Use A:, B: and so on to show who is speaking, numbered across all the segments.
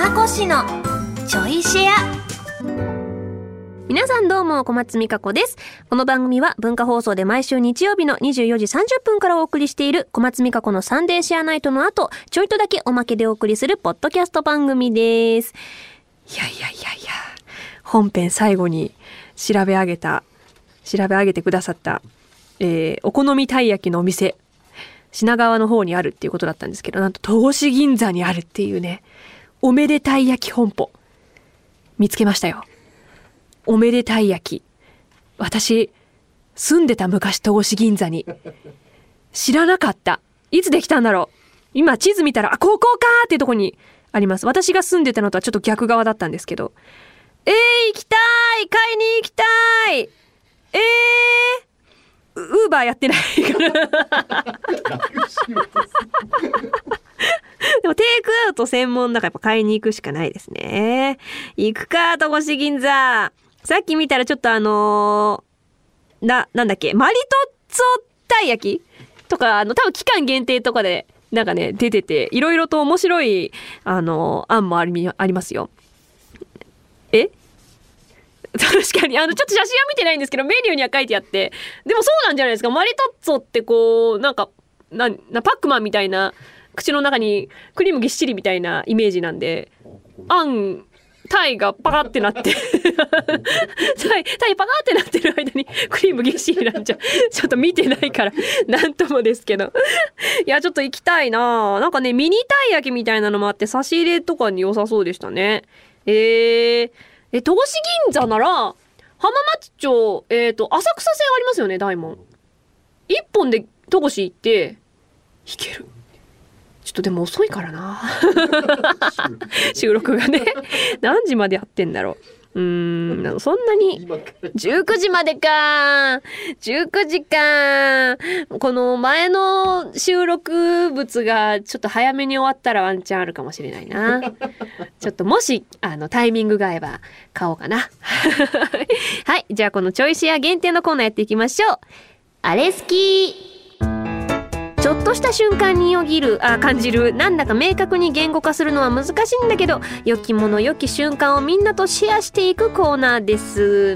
A: かこしのちょいシェア。皆さんどうも、小松美香子です。この番組は文化放送で毎週日曜日の24時30分からお送りしている小松美香子のサンデーシェアナイトの後、ちょいとだけおまけでお送りするポッドキャスト番組です。いや本編最後に調べ上げてくださった、お好みたい焼きのお店、品川の方にあるっていうことだったんですけど、なんと戸越銀座にあるっていうね、おめでたい焼き本舗見つけましたよ。おめでたい焼き、私住んでた昔、戸越銀座に。知らなかった。いつできたんだろう。今地図見たら、ここかーっていうとこにあります。私が住んでたのとはちょっと逆側だったんですけど、行きたい、買いに行きたい。ウーバーやってないからでもテイクアウト専門だからやっぱ買いに行くしかないですね。行くか、戸越銀座。さっき見たらちょっとなんだっけ、マリトッツォたい焼きとか、多分期間限定とかでなんかね出てて、いろいろと面白い案もありますよ。確かにちょっと写真は見てないんですけど、メニューには書いてあって、でもそうなんじゃないですか。マリトッツォってこうなんかパックマンみたいな、口の中にクリームぎっしりみたいなイメージなんで、タイがパカってなってタイパカってなってる間にクリームぎっしりなんじゃちょっと見てないからなんともですけどいやちょっと行きたいな。なんかね、ミニたい焼きみたいなのもあって、差し入れとかに良さそうでしたね。戸越銀座なら浜松町、浅草線ありますよね。大門一本で戸越行って行ける。ちょっとでも遅いからな収録がね何時までやってんだろう。そんなに19時までか。19時か。この前の収録物がちょっと早めに終わったらワンチャンあるかもしれないなちょっともしタイミングが合えば買おうかなはい、じゃあこのちょいシェア限定のコーナーやっていきましょう。あれ好き。ちょっとした瞬間に感じる、なんだか明確に言語化するのは難しいんだけど、良きもの良き瞬間をみんなとシェアしていくコーナーです。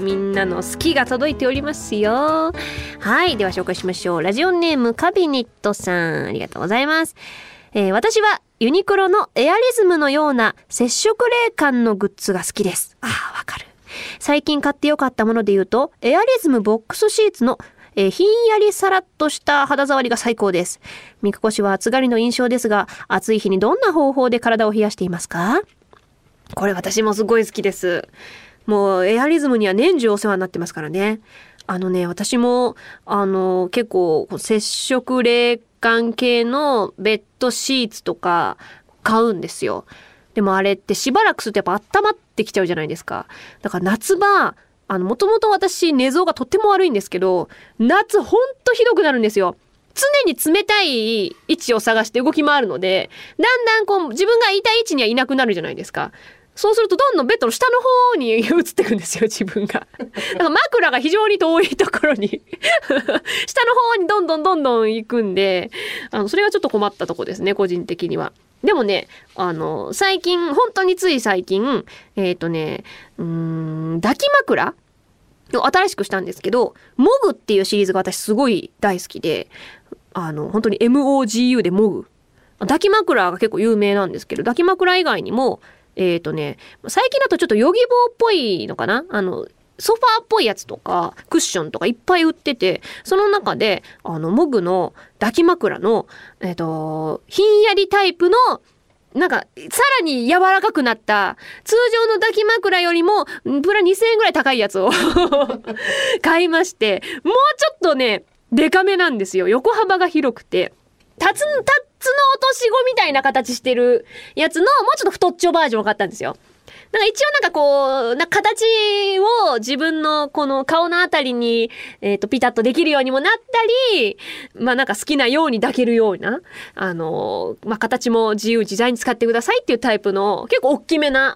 A: みんなの好きが届いておりますよ。はい、では紹介しましょう。ラジオネームカビネットさん、ありがとうございます。私はユニクロのエアリズムのような接触冷感のグッズが好きです。わかる。最近買ってよかったもので言うと、エアリズムボックスシーツのひんやりさらっとした肌触りが最高です。みかこしは暑がりの印象ですが、暑い日にどんな方法で体を冷やしていますか？これ私もすごい好きです。もうエアリズムには年中お世話になってますからね。私も結構接触冷感系のベッドシーツとか買うんですよ。でもあれってしばらくするとやっぱ温まってきちゃうじゃないですか。だから夏場、もともと私寝相がとっても悪いんですけど、夏ほんとひどくなるんですよ。常に冷たい位置を探して動き回るので、だんだん自分がいた位置にはいなくなるじゃないですか。そうするとどんどんベッドの下の方に移ってくんですよ、自分が。だから枕が非常に遠いところに下の方にどんどん行くんで、それはちょっと困ったとこですね、個人的には。でもね、最近、本当につい最近、抱き枕を新しくしたんですけど、モグっていうシリーズが私すごい大好きで、本当に MOGU でモグ。抱き枕が結構有名なんですけど、抱き枕以外にも、最近だとちょっとヨギボーっぽいのかな？ソファーっぽいやつとかクッションとかいっぱい売ってて、その中でモグの抱き枕のひんやりタイプのなんかさらに柔らかくなった通常の抱き枕よりもプラ2000円ぐらい高いやつを買いまして、もうちょっとねデカめなんですよ。横幅が広くてタツノオトシゴみたいな形してるやつのもうちょっと太っちょバージョンを買ったんですよ。だから一応なんかこう形を自分のこの顔のあたりにピタッとできるようにもなったり、なんか好きなように抱けるような形も自由自在に使ってくださいっていうタイプの結構大きめな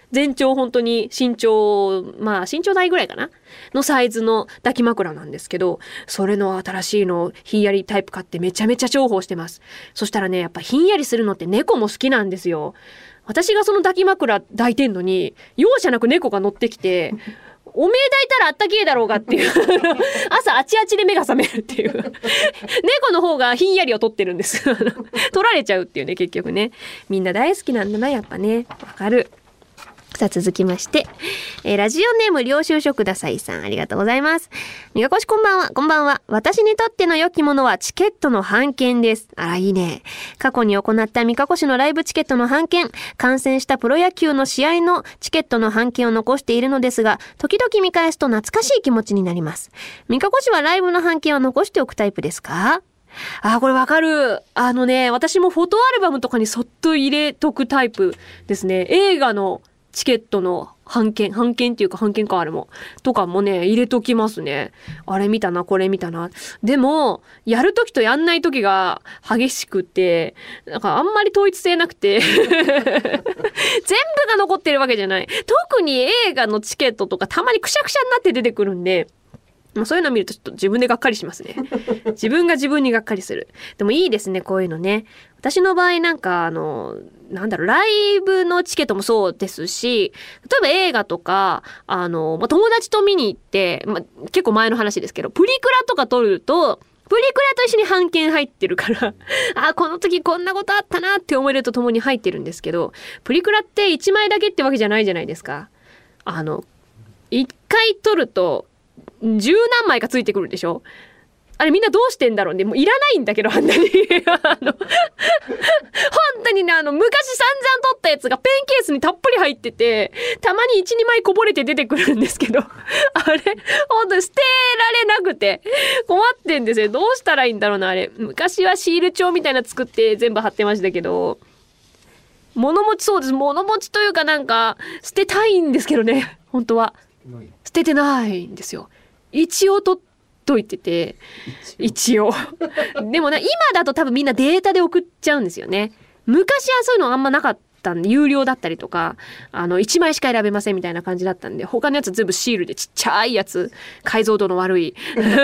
A: 全長本当に身長台ぐらいかなのサイズの抱き枕なんですけど、それの新しいのひんやりタイプ買ってめちゃめちゃ重宝してます。そしたらね、やっぱひんやりするのって猫も好きなんですよ。私がその抱き枕抱いてんのに容赦なく猫が乗ってきておめえ抱いたらあったけえだろうがっていう朝あちあちで目が覚めるっていう猫の方がひんやりを取ってるんです取られちゃうっていうね、結局ね。みんな大好きなんだな、やっぱね。わかる。さあ続きまして、ラジオネーム領収書くださいさん、ありがとうございます。みかこしこんばんは。こんばんは。私にとっての良きものはチケットの半券です。あら、いいね。過去に行ったみかこしのライブチケットの半券、観戦したプロ野球の試合のチケットの半券を残しているのですが、時々見返すと懐かしい気持ちになります。みかこしはライブの半券は残しておくタイプですか？これわかる。私もフォトアルバムとかにそっと入れとくタイプですね。映画のチケットの半券っていうか半券か、あれもとかもね入れときますね。あれ見たな、これ見たな。でもやるときとやんないときが激しくて、なんかあんまり統一性なくて全部が残ってるわけじゃない。特に映画のチケットとかたまにくしゃくしゃになって出てくるんで、そういうの見るとちょっと自分でがっかりしますね。自分が自分にがっかりする。でもいいですね、こういうのね。私の場合なんかライブのチケットもそうですし、例えば映画とか友達と見に行って、結構前の話ですけど、プリクラとか撮るとプリクラと一緒に半券入ってるからこの時こんなことあったなって思い出とともに入ってるんですけど、プリクラって1枚だけってわけじゃないじゃないですか。1回撮ると十何枚かついてくるでしょ。あれみんなどうしてんだろうね。もういらないんだけど、あんなに本当にね、昔散々撮ったやつがペンケースにたっぷり入ってて、たまに 1,2 枚こぼれて出てくるんですけど、あれ本当に捨てられなくて困ってんですよ。どうしたらいいんだろうな。あれ昔はシール帳みたいな作って全部貼ってましたけど、物持ち、そうです、物持ちというかなんか捨てたいんですけどね、本当は捨ててないんですよ。一応取っといてて、一応でもね、今だと多分みんなデータで送っちゃうんですよね。昔はそういうのあんまなかったんで、有料だったりとか1枚しか選べませんみたいな感じだったんで、他のやつ全部シールでちっちゃいやつ、解像度の悪い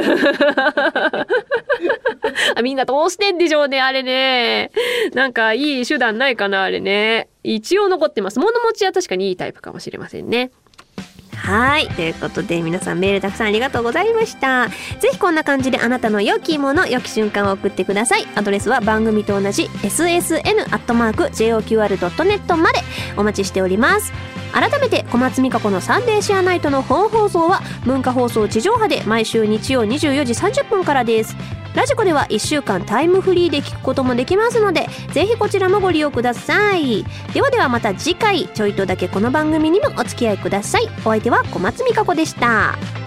A: みんなどうしてんでしょうね、あれね。なんかいい手段ないかな、あれね。一応残ってます。物持ちは確かにいいタイプかもしれませんね。はい。ということで皆さんメールたくさんありがとうございました。ぜひこんな感じであなたの良きもの、良き瞬間を送ってください。アドレスは番組と同じ ssn@joqr.net までお待ちしております。改めて小松美香子のサンデーシェアナイトの本放送は文化放送地上波で毎週日曜24時30分からです。ラジコでは1週間タイムフリーで聞くこともできますので、ぜひこちらもご利用ください。ではではまた次回ちょいとだけこの番組にもお付き合いください。お相手は小松美香子でした。